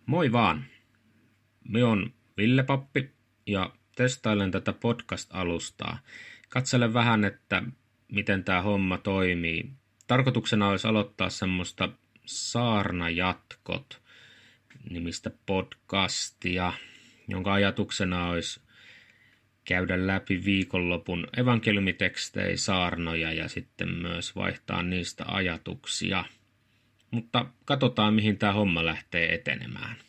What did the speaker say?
Moi vaan! Me on Ville Pappi ja testailen tätä podcast-alustaa. Katselen vähän, että miten tämä homma toimii. Tarkoituksena olisi aloittaa semmoista Saarnajatkot nimistä podcastia, jonka ajatuksena olisi käydä läpi viikonlopun evankeliumitekstejä, saarnoja ja sitten myös vaihtaa niistä ajatuksia. Mutta katsotaan, mihin tämä homma lähtee etenemään.